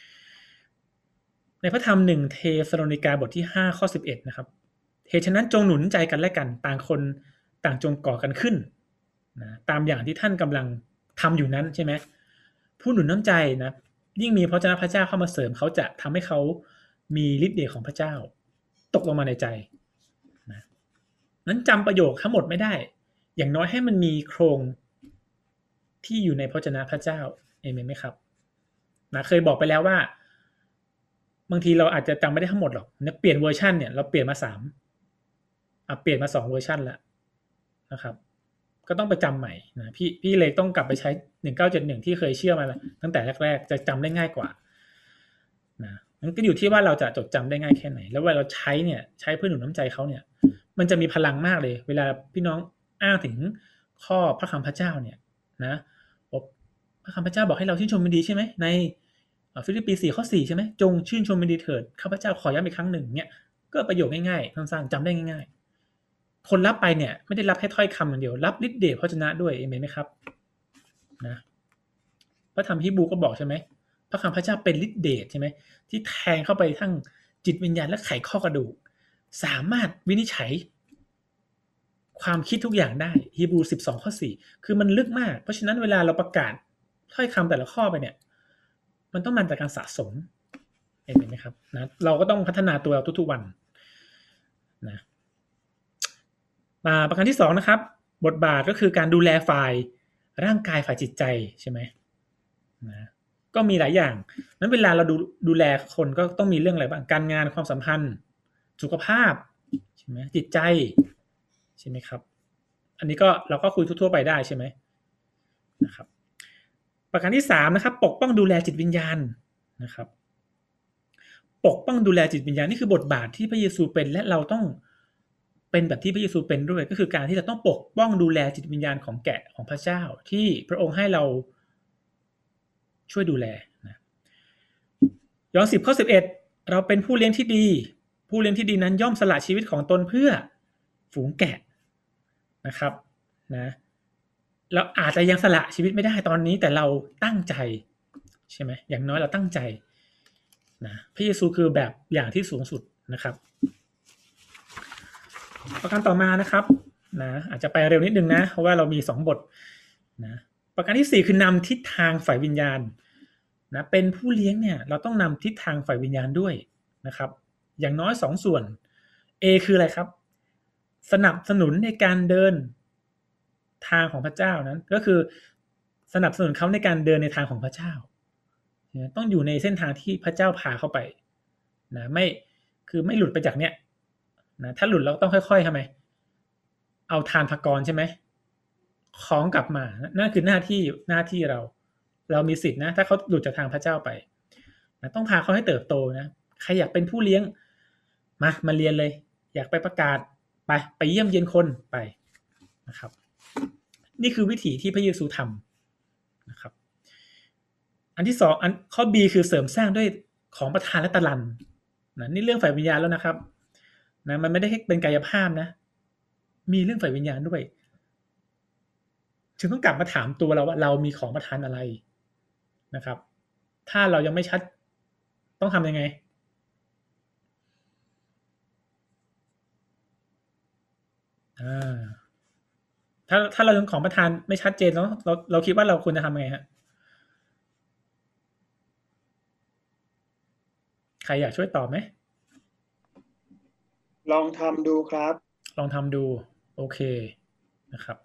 ในพระธรรมหนึ่งเทสโลนิกาบทที่ห้าข้อสิบเอ็ดนะครับเหตุฉะนั้นจงหนุนใจกันและกันต่างคนต่างจงก่อกันขึ้นนะตามอย่างที่ท่านกำลังทำอยู่นั้นใช่ไหมผู้หนุนน้ำใจนะยิ่งมีพระวจนะพระเจ้าเข้ามาเสริมเขาจะทำให้เขามีฤทธิ์เดชของพระเจ้าตกลงมาในใจนะนั้นจำประโยคทั้งหมดไม่ได้อย่างน้อยให้มันมีโครงที่อยู่ในพระวจนะพระเจ้าเอเมนไหมครับนะเคยบอกไปแล้วว่าบางทีเราอาจจะจำไม่ได้ทั้งหมดหรอกเนี่ยเปลี่ยนเวอร์ชันเนี่ยเราเปลี่ยนมาสามอ่ะเปลี่ยนมาสองเวอร์ชันแล้วนะครับก็ต้องไปจำใหม่นะพี่พี่เลยต้องกลับไปใช้หนึ่งเก้าเจ็ดหนึ่งที่เคยเชื่อมาแล้วตั้งแต่แรกๆจะจำได้ง่ายกว่านะมันก็อยู่ที่ว่าเราจะจดจำได้ง่ายแค่ไหนแล้วเวลาเราใช้เนี่ยใช้เพื่อหนุนน้ำใจเขาเนี่ยมันจะมีพลังมากเลยเวลาพี่น้องอ้างถึงข้อพระคำพระเจ้าเนี่ยนะพระคำพระเจ้าบอกให้เราชื่นชมยินดีใช่ไหมในฟิลิปปีสี่ข้อสี่ใช่ไหมจงชื่นชมยินดีเถิดข้าพเจ้าขอย้ำอีกครั้งหนึ่งเนี่ยก็ประโยคง่ายๆสั้นๆจำได้ง่ายๆคนรับไปเนี่ยไม่ได้รับแค่ถ้อยคำอย่างเดียวรับฤทธิ์เดชพระวจนะด้วยเอเมนไหมครับนะพระธรรมฮีบรูก็บอกใช่ไหมพระคำพระเจ้าเป็นฤทธิ์เดชใช่ไหมที่แทงเข้าไปทั้งจิตวิญญาณและไขข้อกระดูกสามารถวินิจฉัยความคิดทุกอย่างได้ฮีบรูสิบสองข้อสี่คือมันลึกมากเพราะฉะนั้นเวลาเราประกาศถ้อยคำแต่ละข้อไปเนี่ยมันต้องมาจากการสะสมเห็นไหมครับนะเราก็ต้องพัฒนาตัวเราทุกๆวันนะมาประการที่สองนะครับบทบาทก็คือการดูแลฝ่ายร่างกายฝ่ายจิตใจใช่ไหมนะก็มีหลายอย่างนั้นเวลาเราดูดูแลคนก็ต้องมีเรื่องอะไรบ้างการงานความสัมพันธ์สุขภาพใช่ไหมจิตใจใช่ไหมครับอันนี้ก็เราก็คุยทั่วๆไปได้ใช่ไหมนะครับประการที่สามนะครับปกป้องดูแลจิตวิญญาณนะครับปกป้องดูแลจิตวิญญาณนี่คือบทบาทที่พระเยซูเป็นและเราต้องเป็นแบบที่พระเยซูเป็นด้วยก็คือการที่เราต้องปกป้องดูแลจิตวิญญาณของแกะของพระเจ้าที่พระองค์ให้เราช่วยดูแลนะยอห์นสิบข้อสิบเอ็ดเราเป็นผู้เลี้ยงที่ดีผู้เลี้ยงที่ดีนั้นย่อมสละชีวิตของตนเพื่อฝูงแกะนะครับนะเราอาจจะยังสละชีวิตไม่ได้ตอนนี้แต่เราตั้งใจใช่ไหมอย่างน้อยเราตั้งใจนะพระเยซูคือแบบอย่างที่สูงสุดนะครับประการต่อมานะครับนะอาจจะไปเร็วนิดนึงนะเพราะว่าเรามีสองบทนะประการที่สี่คือนำทิศทางฝ่ายวิญญาณนะเป็นผู้เลี้ยงเนี่ยเราต้องนำทิศทางฝ่ายวิญญาณด้วยนะครับอย่างน้อยสองส่วน A คืออะไรครับสนับสนุนในการเดินทางของพระเจ้านั้นก็คือสนับสนุนเขาในการเดินในทางของพระเจ้าต้องอยู่ในเส้นทางที่พระเจ้าพาเข้าไปนะไม่คือไม่หลุดไปจากเนี้ยนะถ้าหลุดเราต้องค่อยๆทำไมเอาทานภกรใช่ไหมคล้องกลับมานั่นคือหน้าที่หน้าที่เราเรามีสิทธินะถ้าเขาหลุดจากทางพระเจ้าไปนะต้องพาเขาให้เติบโตนะใครอยากเป็นผู้เลี้ยงมามาเรียนเลยอยากไปประกาศไปไปเยี่ยมเยียนคนไปนะครับนี่คือวิถีที่พระเยซูทำนะครับอันที่สองอันข้อ B คือเสริมสร้างด้วยของประทานและตะลันนะนี่เรื่องฝ่ายวิญญาณแล้วนะครับนะมันไม่ได้แค่เป็นกายภาพนะมีเรื่องฝ่ายวิญญาณด้วยจึงต้องกลับมาถามตัวเราว่าเรามีของประทานอะไรนะครับถ้าเรายังไม่ชัดต้องทำยังไงอ่าถ้าถ้าเรายังของประทานไม่ชัดเจนเราเราเราคิดว่าเราควรจะทำไงฮะใครอยากช่วยตอบไหมลองทำดูครับลองทำดูโอเคนะครับ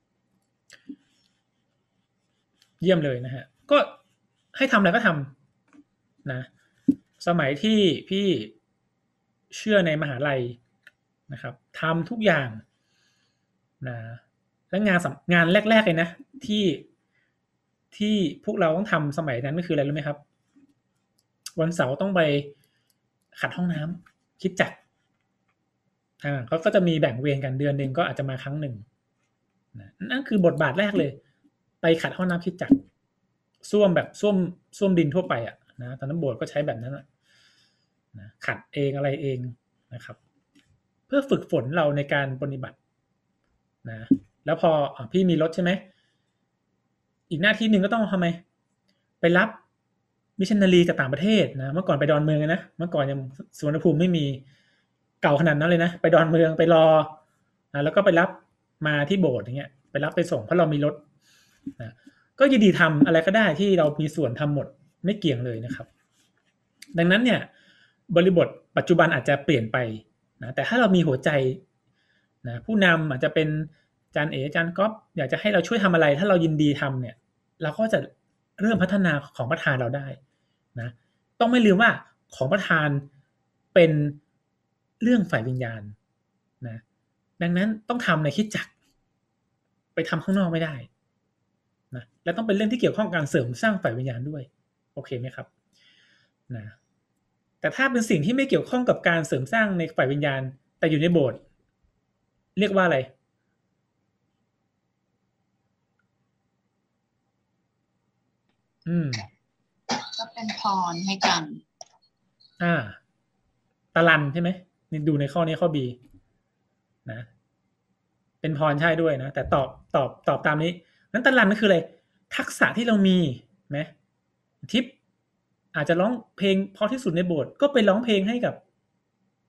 เยี่ยมเลยนะฮะก็ให้ทำอะไรก็ทำนะสมัยที่พี่เชื่อในมหาลัยนะครับทำทุกอย่างนะและงานงานแรกๆเลยนะที่ที่พวกเราต้องทำสมัยนั้นก็คืออะไรรู้ไหมครับวันเสาร์ต้องไปขัดห้องน้ำคิดจักรอ่าเขาก็จะมีแบ่งเวรกันเดือนนึงก็อาจจะมาครั้งหนึ่งนะนั่นคือบทบาทแรกเลยไปขัดห้องน้ำคิดจักรส้วมแบบส้วมส้วมดินทั่วไปอ่ะนะตอนนั้นโบสถ์ก็ใช้แบบนั้นนะขัดเองอะไรเองนะครับเพื่อฝึกฝนเราในการปฏิบัตินะแล้วพออพี่มีรถใช่ไหมอีกหน้าที่หนึ่งก็ต้องทำไมไปรับมิชชันนารีจากต่างประเทศนะเมื่อก่อนไปดอนเมืองนะเมื่อก่อนยังสุวรรณภูมิไม่มีเก่าขนาดนั้นเลยนะไปดอนเมืองไปรอนะแล้วก็ไปรับมาที่โบสถ์อย่างเงี้ยไปรับไปส่งเพราะเรามีรถนะก็ยินดีทำอะไรก็ได้ที่เรามีส่วนทำหมดไม่เกี่ยงเลยนะครับดังนั้นเนี่ยบริบทปัจจุบันอาจจะเปลี่ยนไปนะแต่ถ้าเรามีหัวใจนะผู้นำอาจจะเป็นอาจารย์เอ๋อาจารย์ก๊อฟอยากจะให้เราช่วยทำอะไรถ้าเรายินดีทำเนี่ยเราก็จะเริ่มพัฒนาของประธานเราได้นะต้องไม่ลืมว่าของประธานเป็นเรื่องฝ่ายวิญญาณนะดังนั้นต้องทำในคริสตจักรไปทำข้างนอกไม่ได้นะและต้องเป็นเรื่องที่เกี่ยวข้องกับการเสริมสร้างฝ่ายวิญญาณด้วยโอเคไหมครับนะแต่ถ้าเป็นสิ่งที่ไม่เกี่ยวข้องกับการเสริมสร้างในฝ่ายวิญญาณแต่อยู่ในโบสถ์เรียกว่าอะไรอืมก็เป็นพรให้กันอ่าตะลันใช่ไหมนี่ดูในข้อนี้ข้อ B นะเป็นพรใช่ด้วยนะแต่ตอบตอบตอบตามนี้นั้นตะลันก็คืออะไรทักษะที่เรามีไหมทิปอาจจะร้องเพลงพอที่สุดในโบสถ์ก็ไปร้องเพลงให้กับค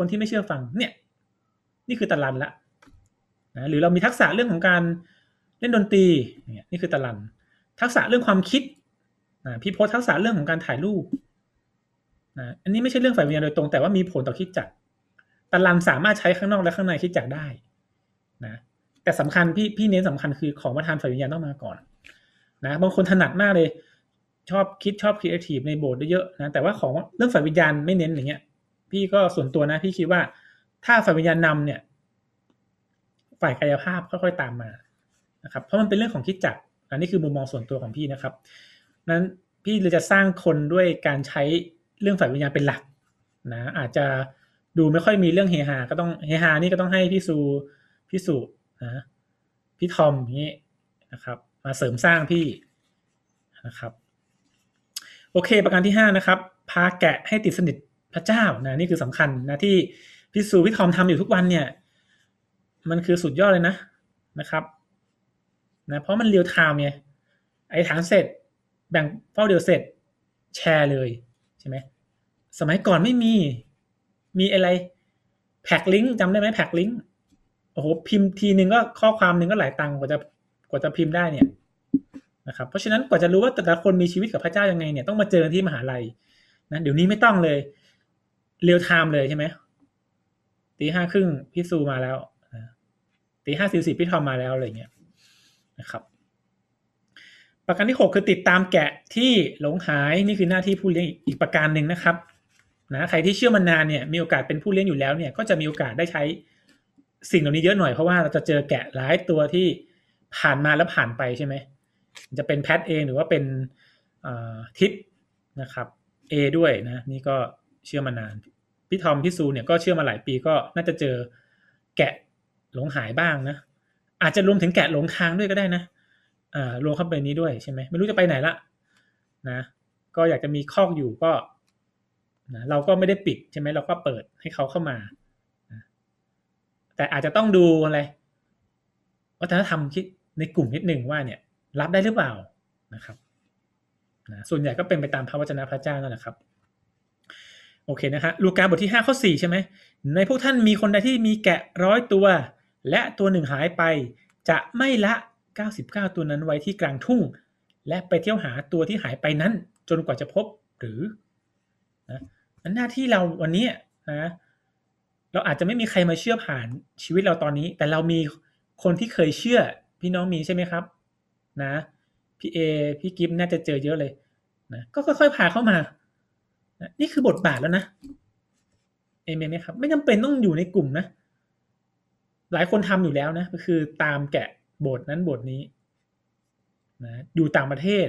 คนที่ไม่เชื่อฟังเนี่ยนี่คือตะลันละนะหรือเรามีทักษะเรื่องของการเล่นดนตรีเนี่ยนี่คือตะลันทักษะเรื่องความคิดนะพี่โพสทักษะเรื่องของการถ่ายรูปนะอันนี้ไม่ใช่เรื่องฝ่ายวิญญาณโดยตรงแต่ว่ามีผลต่อคริสตจักรตะลันสามารถใช้ข้างนอกและข้างในคริสตจักรได้นะแต่สำคัญพี่พี่เน้นสำคัญคือของประทานฝ่ายวิญญาณต้องมาก่อนนะบางคนถนัดมากเลยชอบคิดชอบครีเอทีฟในโบสถ์เยอะๆนะแต่ว่าของเรื่องฝ่ายวิญญาณไม่เน้นอย่างเงี้ยพี่ก็ส่วนตัวนะพี่คิดว่าถ้าฝ่ายวิญญาณนำเนี่ยฝ่ายกายภาพค่อยๆตามมานะครับเพราะมันเป็นเรื่องของคริสตจักรอันนี้คือมุมมองส่วนตัวของพี่นะครับนั้นพี่เลยจะสร้างคนด้วยการใช้เรื่องฝ่ายวิญญาณเป็นหลักนะอาจจะดูไม่ค่อยมีเรื่องเฮฮาก็ต้องเฮฮานี่ก็ต้องให้พี่ซูพี่สุนะพี่ทอมอย่างนี้นะครับมาเสริมสร้างพี่นะครับโอเคประการที่ห้านะครับพาแกะให้ติดสนิทพระเจ้านะนี่คือสำคัญนะที่พี่ซูพี่ทอมทำอยู่ทุกวันเนี่ยมันคือสุดยอดเลยนะนะครับนะเพราะมันเรียลไทม์ไงไอ้ฐานเสร็จแบ่งเฝ้าเดียวเสร็จแชร์เลยใช่ไหมสมัยก่อนไม่มีมีอะไรแพ็คลิงก์จำได้ไหมแพ็คลิงก์โอ้โหพิมพ์ทีนึงก็ข้อความนึงก็หลายตังค์กว่าจะกว่าจะพิมพ์ได้เนี่ยนะครับเพราะฉะนั้นกว่าจะรู้ว่าแต่ละคนมีชีวิตกับพระเจ้ายังไงเนี่ยต้องมาเจอที่มหาลัยนะเดี๋ยวนี้ไม่ต้องเลยเรียลไทม์เลยใช่ไหมตีห้าครึ่งพี่ซูมาแล้วตีห้าสี่สิบพี่ทอมมาแล้วอะไรเงี้ยนะครับประการที่หกคือติดตามแกะที่หลงหายนี่คือหน้าที่ผู้เลี้ยงอีกประการหนึ่งนะครับนะใครที่เชื่อมานานเนี่ยมีโอกาสเป็นผู้เลี้ยงอยู่แล้วเนี่ยก็จะมีโอกาสได้ใช้สิ่งเหล่านี้เยอะหน่อยเพราะว่าเราจะเจอแกะหลายตัวที่ผ่านมาแล้วผ่านไปใช่ไหมจะเป็นแพทเองหรือว่าเป็นทิปนะครับ A ด้วยนะนี่ก็เชื่อมานานพี่ทอมพี่ซูเนี่ยก็เชื่อมาหลายปีก็น่าจะเจอแกะหลงหายบ้างนะอาจจะรวมถึงแกะหลงทางด้วยก็ได้นะอ่ารวมเข้าไปนี้ด้วยใช่ไหมไม่รู้จะไปไหนละนะก็อยากจะมีคอกอยู่ก็นะเราก็ไม่ได้ปิดใช่ไหมเราก็เปิดให้เขาเข้ามานะแต่อาจจะต้องดูอะไรวัฒนธรรมคิดในกลุ่มนิดหนึ่งว่าเนี่ยรับได้หรือเปล่านะครับนะส่วนใหญ่ก็เป็นไปตามพระวจนะพระเจ้านั่นแหละครับโอเคนะฮะลูกาบทที่ห้าข้อสี่ใช่ไหมในพวกท่านมีคนใดที่มีแกะร้อยตัวและตัวหนึ่งหายไปจะไม่ละเก้าสิบเก้าตัวนั้นไว้ที่กลางทุ่งและไปเที่ยวหาตัวที่หายไปนั้นจนกว่าจะพบหรือนะหน้าที่เราวันนี้นะเราอาจจะไม่มีใครมาเชื่อผ่านชีวิตเราตอนนี้แต่เรามีคนที่เคยเชื่อพี่น้องมีใช่ไหมครับนะพี่เอพี่กิฟน่าจะเจอเยอะเลยนะก็ค่อยๆพาเข้ามานะนี่คือบทบาทแล้วนะเอเมนไหมครับไม่จำเป็นต้องอยู่ในกลุ่มนะหลายคนทำอยู่แล้วนะก็คือตามแกะโบสถ์นั้นโบสถ์นี้นะอยู่ต่างประเทศ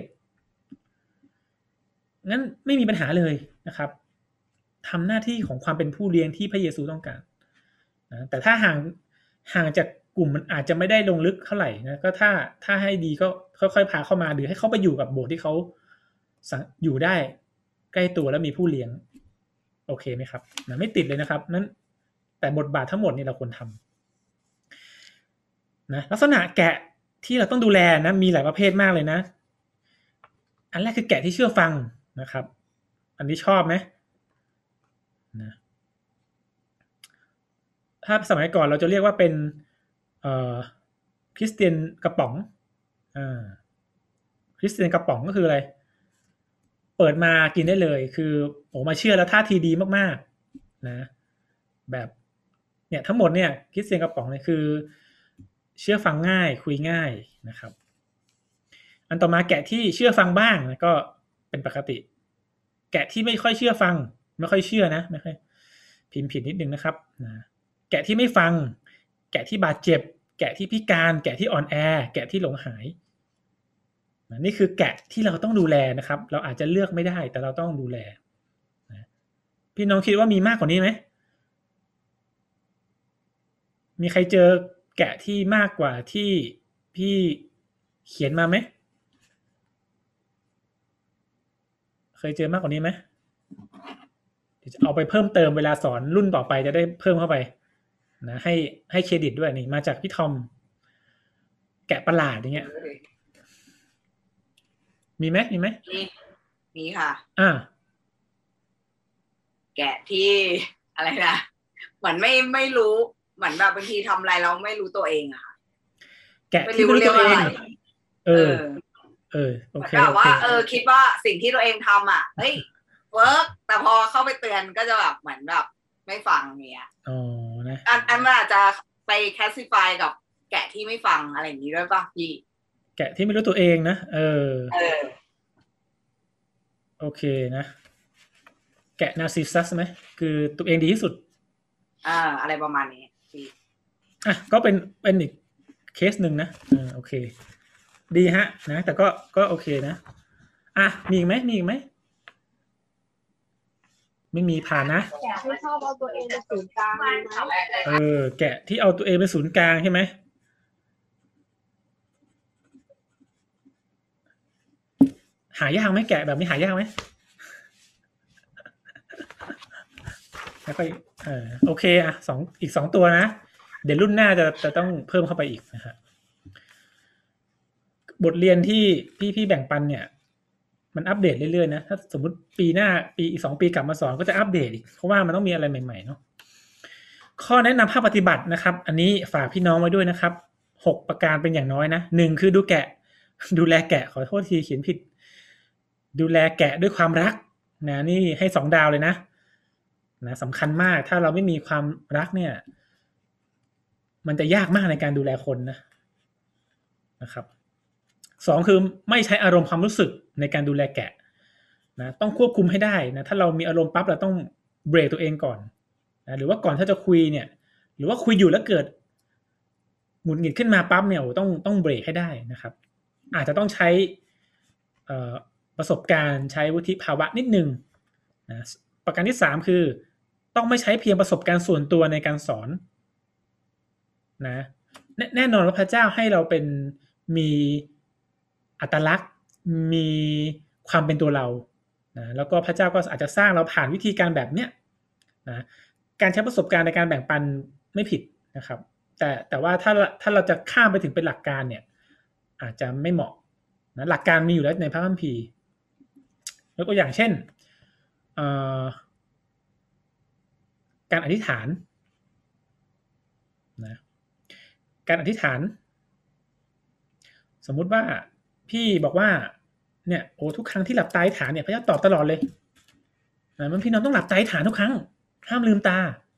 งั้นไม่มีปัญหาเลยนะครับทำหน้าที่ของความเป็นผู้เลี้ยงที่พระเยซูต้องการนะแต่ถ้าห่างห่างจากกลุ่มมันอาจจะไม่ได้ลงลึกเท่าไหร่นะก็ถ้าถ้าให้ดีก็ค่อยๆพาเข้ามาหรือให้เขาไปอยู่กับโบสถ์ที่เขาอยู่ได้ใกล้ตัวแล้วมีผู้เลี้ยงโอเคไหมครับนะไม่ติดเลยนะครับนั้นแต่บทบาททั้งหมดนี่เราควรทำนะลักษณะแกะที่เราต้องดูแลนะมีหลายประเภทมากเลยนะอันแรกคือแกะที่เชื่อฟังนะครับอันนี้ชอบไหมนะถ้าสมัยก่อนเราจะเรียกว่าเป็นเอ่อคริสเตียนกระป๋องอ่าคริสเตียนกระป๋องก็คืออะไรเปิดมากินได้เลยคือโอ้มาเชื่อแล้วท่าทีดีมากๆนะแบบเนี่ยทั้งหมดเนี่ยคริสเตียนกระป๋องเนี่ยคือเชื่อฟังง่ายคุยง่ายนะครับอันต่อมาแกะที่เชื่อฟังบ้างนะก็เป็นปกติแกะที่ไม่ค่อยเชื่อฟังไม่ค่อยเชื่อนะไม่ค่อยพิมพ์ผิดนิดนึงนะครับนะแกะที่ไม่ฟังแกะที่บาดเจ็บแกะที่พิการแกะที่อ่อนแอแกะที่หลงหายนะนี่คือแกะที่เราต้องดูแลนะครับเราอาจจะเลือกไม่ได้แต่เราต้องดูแลนะพี่น้องคิดว่ามีมากกว่านี้ไหมมีใครเจอแกะที่มากกว่าที่พี่เขียนมาไหมเคยเจอมากกว่านี้ไหมเดี๋ยวจะเอาไปเพิ่มเติมเวลาสอนรุ่นต่อไปจะได้เพิ่มเข้าไปนะให้ให้เครดิตด้วยนี่มาจากพี่ทอมแกะประหลาดอย่างเงี้ยมีไหมมีไหมมีมีค่ะอ่าแกะที่อะไรนะเหมือนไม่ไม่รู้เหมือนแบบบางทีทำอะไรเราไม่รู้ตัวเองอะค่ะแกะที่ไม่รู้ตัวเองเออเออโอเคแบบว่าเออคิดว่าสิ่งที่ตัวเองทำอ่ะเฮ้ยเวิร์กแต่พอเข้าไปเตือนก็จะแบบเหมือนแบบไม่ฟังเนี้ยอ๋อนะอันอันมันอาจจะไปแคสซิฟายกับแกะที่ไม่ฟังอะไรอย่างนี้ด้วยป่ะพี่แกะที่ไม่รู้ตัวเองนะเออเออโอเคนะแกะนาร์ซิสซัสไหมคือตัวเองดีที่สุดอ่าอะไรประมาณนี้พี่อ่ะก็เป็นเป็นอีกเคสหนึ่งนะเออโอเคดีฮะนะแต่ก็ก็โอเคนะอ่ะมีอีกไหมมีอีกไหมไม่มีผ่านนะแกะที่ชอบเอาตัวเองเป็นศูนย์กลางไหมเออแกะที่เอาตัวเองเป็นศูนย์กลางใช่ไหมหายากไหมแกะแบบนี้หายากไหมแล้วก็เออโอเคอ่ะสองอีกสองตัวนะเดี๋ยวรุ่นหน้าจะจะต้องเพิ่มเข้าไปอีกนะฮะบทเรียนที่พี่พี่แบ่งปันเนี่ยมันอัปเดตเรื่อยๆนะถ้าสมมุติปีหน้าปีอีกสองปีกลับมาสอนก็จะอัปเดตอีกเพราะว่ามันต้องมีอะไรใหม่ๆเนาะข้อแนะนำภาคปฏิบัตินะครับอันนี้ฝากพี่น้องไว้ด้วยนะครับหกประการเป็นอย่างน้อยนะหนึ่งคือดูแกะดูแลแกะขอโทษทีเขียนผิดดูแลแกะด้วยความรักนะนี่ให้สองดาวเลยนะนะสำคัญมากถ้าเราไม่มีความรักเนี่ยมันจะยากมากในการดูแลคนนะนะครับสองคือไม่ใช้อารมณ์ความรู้สึกในการดูแลแกะนะต้องควบคุมให้ได้นะถ้าเรามีอารมณ์ปั๊บเราต้องเบรกตัวเองก่อนนะหรือว่าก่อนถ้าจะคุยเนี่ยหรือว่าคุยอยู่แล้วเกิดหงุดหงิดขึ้นมาปั๊บเนี่ยต้องต้องเบรกให้ได้นะครับอาจจะต้องใช้ประสบการณ์ใช้วุฒิภาวะนิดนึงนะประการที่สามคือต้องไม่ใช้เพียงประสบการณ์ส่วนตัวในการสอนนะแน่นอนว่าพระเจ้าให้เราเป็นมีอัตลักษณ์มีความเป็นตัวเรานะแล้วก็พระเจ้าก็อาจจะสร้างเราผ่านวิธีการแบบเนี้ยนะการใช้ประสบการณ์ในการแบ่งปันไม่ผิดนะครับแต่แต่ว่าถ้าถ้าเราจะข้ามไปถึงเป็นหลักการเนี่ยอาจจะไม่เหมาะนะหลักการมีอยู่แล้วในพระคัมภีร์แล้วก็อย่างเช่นการอธิษฐานนะการอธิษฐานสมมุติว่าพี่บอกว่าเนี่ยโอ้ทุกครั้งที่หลับตาอธิษฐานเนี่ยพระเจ้าตอบตลอดเลยนะมันพี่น้องต้องหลับตาอธิษฐานทุกครั้งห้ามลืมตา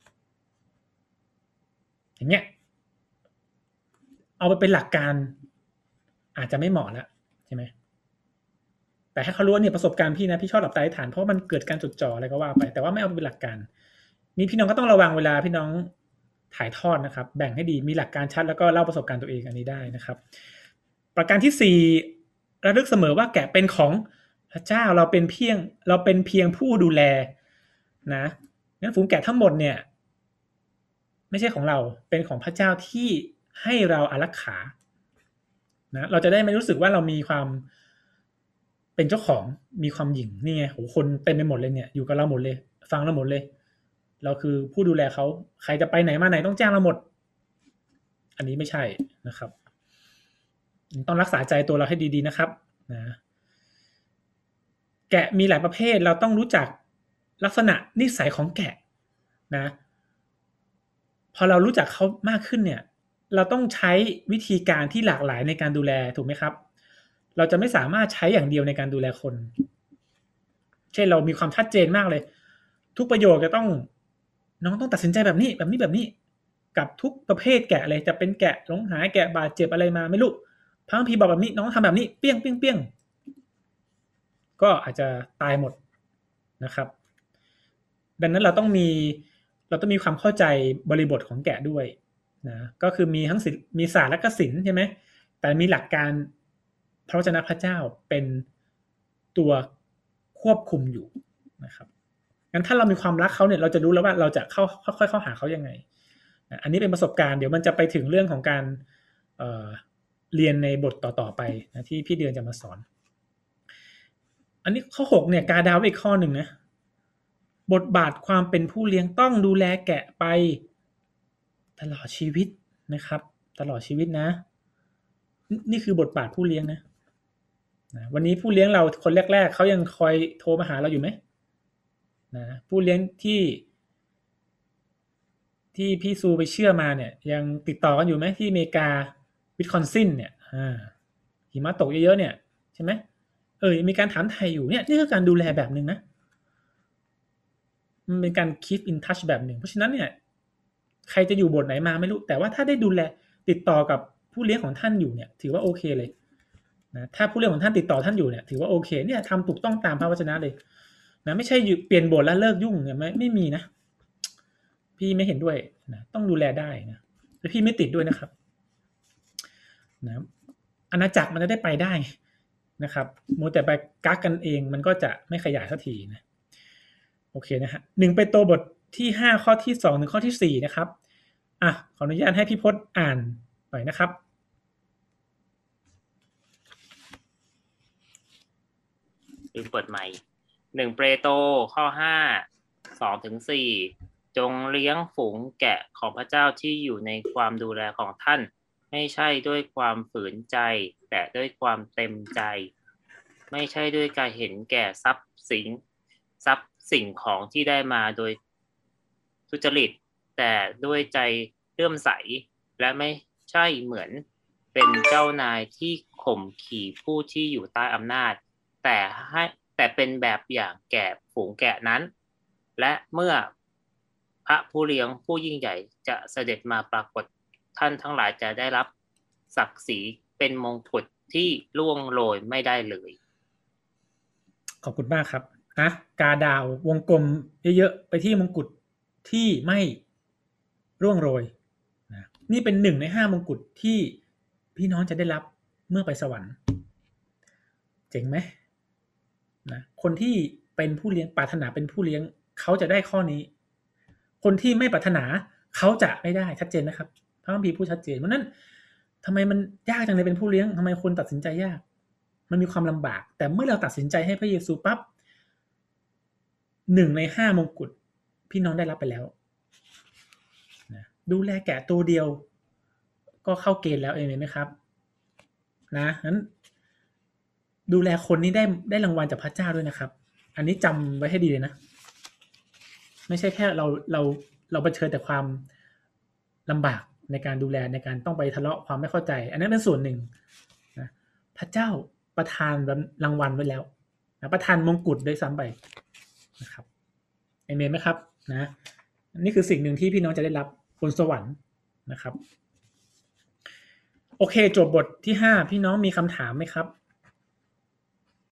อย่างเงี้ยเอาไปเป็นหลักการอาจจะไม่เหมาะแล้วใช่ไหมแต่ให้เขารู้ว่าเนี่ยประสบการณ์พี่นะพี่ชอบหลับตาอธิษฐานเพราะมันเกิดการจดจ่ออะไรก็ว่าไปแต่ว่าไม่เอาไปเป็นหลักการนี่พี่น้องก็ต้องระวังเวลาพี่น้องถ่ายทอดนะครับแบ่งให้ดีมีหลักการชัดแล้วก็เล่าประสบการณ์ตัวเองอันนี้ได้นะครับประการที่สี่ระลึกเสมอว่าแกะเป็นของพระเจ้าเราเป็นเพียงเราเป็นเพียงผู้ดูแลนะงั้นฝูงแกะทั้งหมดเนี่ยไม่ใช่ของเราเป็นของพระเจ้าที่ให้เราอารักขานะเราจะได้ไม่รู้สึกว่าเรามีความเป็นเจ้าของมีความหยิ่งนี่ไงโหคนเต็มไปหมดเลยเนี่ยอยู่กับเราหมดเลยฟังเราหมดเลยเราคือผู้ดูแลเขาใครจะไปไหนมาไหนต้องแจ้งเราหมดอันนี้ไม่ใช่นะครับต้องรักษาใจตัวเราให้ดีๆนะครับนะแกะมีหลายประเภทเราต้องรู้จักลักษณะนิสัยของแกะนะพอเรารู้จักเขามากขึ้นเนี่ยเราต้องใช้วิธีการที่หลากหลายในการดูแลถูกไหมครับเราจะไม่สามารถใช้อย่างเดียวในการดูแลคนเช่นเรามีความชัดเจนมากเลยทุกประโยคจะต้องน้องต้องตัดสินใจแบบนี้แบบนี้แบบนี้กับทุกประเภทแกะเลยจะเป็นแกะหลงหายแกะบาดเจ็บอะไรมาไม่รู้พระคัมภีร์บอกแบบนี้น้องทำแบบนี้เปี้ยงเปี้ยงเปี้ยงก็อาจจะตายหมดนะครับดังนั้นเราต้องมีเราต้องมีความเข้าใจบริบทของแกะด้วยนะก็คือมีทั้งศิลป์มีศาสตร์และก็ศิลป์ใช่ไหมแต่มีหลักการพระวจนะพระเจ้าเป็นตัวควบคุมอยู่นะครับงั้นถ้าเรามีความรักเขาเนี่ยเราจะรู้แล้วว่าเราจะเข้าค่อยๆเข้าหาเขายังไงอันนี้เป็นประสบการณ์เดี๋ยวมันจะไปถึงเรื่องของการเอ่อเรียนในบทต่อๆไปนะที่พี่เดือนจะมาสอนอันนี้ข้อหกเนี่ยกาดาวอีกข้อหนึ่งนะบทบาทความเป็นผู้เลี้ยงต้องดูแลแกะไปตลอดชีวิตนะครับตลอดชีวิตนะนี่คือบทบาทผู้เลี้ยงนะนะวันนี้ผู้เลี้ยงเราคนแรกๆเขายังคอยโทรมาหาเราอยู่ไหมนะผู้เลี้ยงที่ที่พี่ซูไปเชื่อมาเนี่ยยังติดต่อกันอยู่ไหมที่อเมริกาวิสคอนซินเนี่ยอ่าหิมะตกเยอะๆเนี่ยใช่ไหมเออมีการถามไทยอยู่เนี่ยนี่คือการดูแลแบบนึงนะมันเป็นการ keep in touch แบบหนึ่งเพราะฉะนั้นเนี่ยใครจะอยู่บทไหนมาไม่รู้แต่ว่าถ้าได้ดูแลติดต่อกับผู้เลี้ยงของท่านอยู่เนี่ยถือว่าโอเคเลยนะถ้าผู้เลี้ยงของท่านติดต่อท่านอยู่เนี่ยถือว่าโอเคเนี่ยทำถูกต้องตามพระวจนะเลยนะไม่ใช่เปลี่ยนบทแล้วเลิกยุ่งเนี่ยไม่ไม่มีนะพี่ไม่เห็นด้วยนะต้องดูแลได้นะและพี่ไม่ติดด้วยนะครับนะอาณาจักรมันจะได้ไปได้นะครับมัวแต่ไปกักกันเองมันก็จะไม่ขยายสักทีนะโอเคนะฮะหนึ่งเปโตรบทที่ห้าข้อที่สองถึงข้อที่สี่นะครับอ่ะขออนุญาตให้พี่พจน์อ่านหน่อยนะครับลืมเปิดใหม่หนึ่งเปโตรข้อห้าสองถึงสี่จงเลี้ยงฝูงแกะของพระเจ้าที่อยู่ในความดูแลของท่านไม่ใช่ด้วยความฝืนใจแต่ด้วยความเต็มใจไม่ใช่ด้วยการเห็นแก่ทรัพย์สินทรัพย์สิ่งของที่ได้มาโดยทุจริตแต่ด้วยใจเลื่อมใสและไม่ใช่เหมือนเป็นเจ้านายที่ข่มขี่ผู้ที่อยู่ใต้อำนาจแต่ให้แต่เป็นแบบอย่างแก่ฝูงแกะนั้นและเมื่อพระผู้เลี้ยงผู้ยิ่งใหญ่จะเสด็จมาปรากฏท่านทั้งหลายจะได้รับศักดิ์ศรีเป็นมงกุฎที่ล่วงโรยไม่ได้เลยขอบคุณมากครับนะกาดาววงกลมเยอะๆไปที่มงกุฎที่ไม่ร่วงโรยนะนี่เป็นหนึ่งในห้ามงกุฎที่พี่น้องจะได้รับเมื่อไปสวรรค์เจ๋งไหมนะคนที่เป็นผู้เลี้ยงปรารถนาเป็นผู้เลี้ยงเขาจะได้ข้อนี้คนที่ไม่ปรารถนาเขาจะไม่ได้ชัดเจนนะครับพระคัมภีร์พูดชัดเจนเพราะนั้นทำไมมันยากจังเลยเป็นผู้เลี้ยงทำไมคนตัดสินใจยากมันมีความลำบากแต่เมื่อเราตัดสินใจให้พระเยซูปั๊บหนึ่งในห้ามงกุฎพี่น้องได้รับไปแล้วนะดูแลแกะตัวเดียวก็เข้าเกณฑ์แล้วเองไหมครับนะนั้นดูแลคนนี้ได้ได้รางวัลจากพระเจ้าด้วยนะครับอันนี้จำไว้ให้ดีเลยนะไม่ใช่แค่เราเราเราเผชิญแต่ความลำบากในการดูแลในการต้องไปทะเลาะความไม่เข้าใจอันนั้นเป็นส่วนหนึ่งนะพระเจ้าประทานรางวัลไว้แล้วนะประทานมงกุฎด้วยซ้ำไปนะครับเอเมนไหมครับนะนี่คือสิ่งหนึ่งที่พี่น้องจะได้รับบนสวรรค์นะครับโอเคจบบทที่ห้าพี่น้องมีคำถามไหมครับ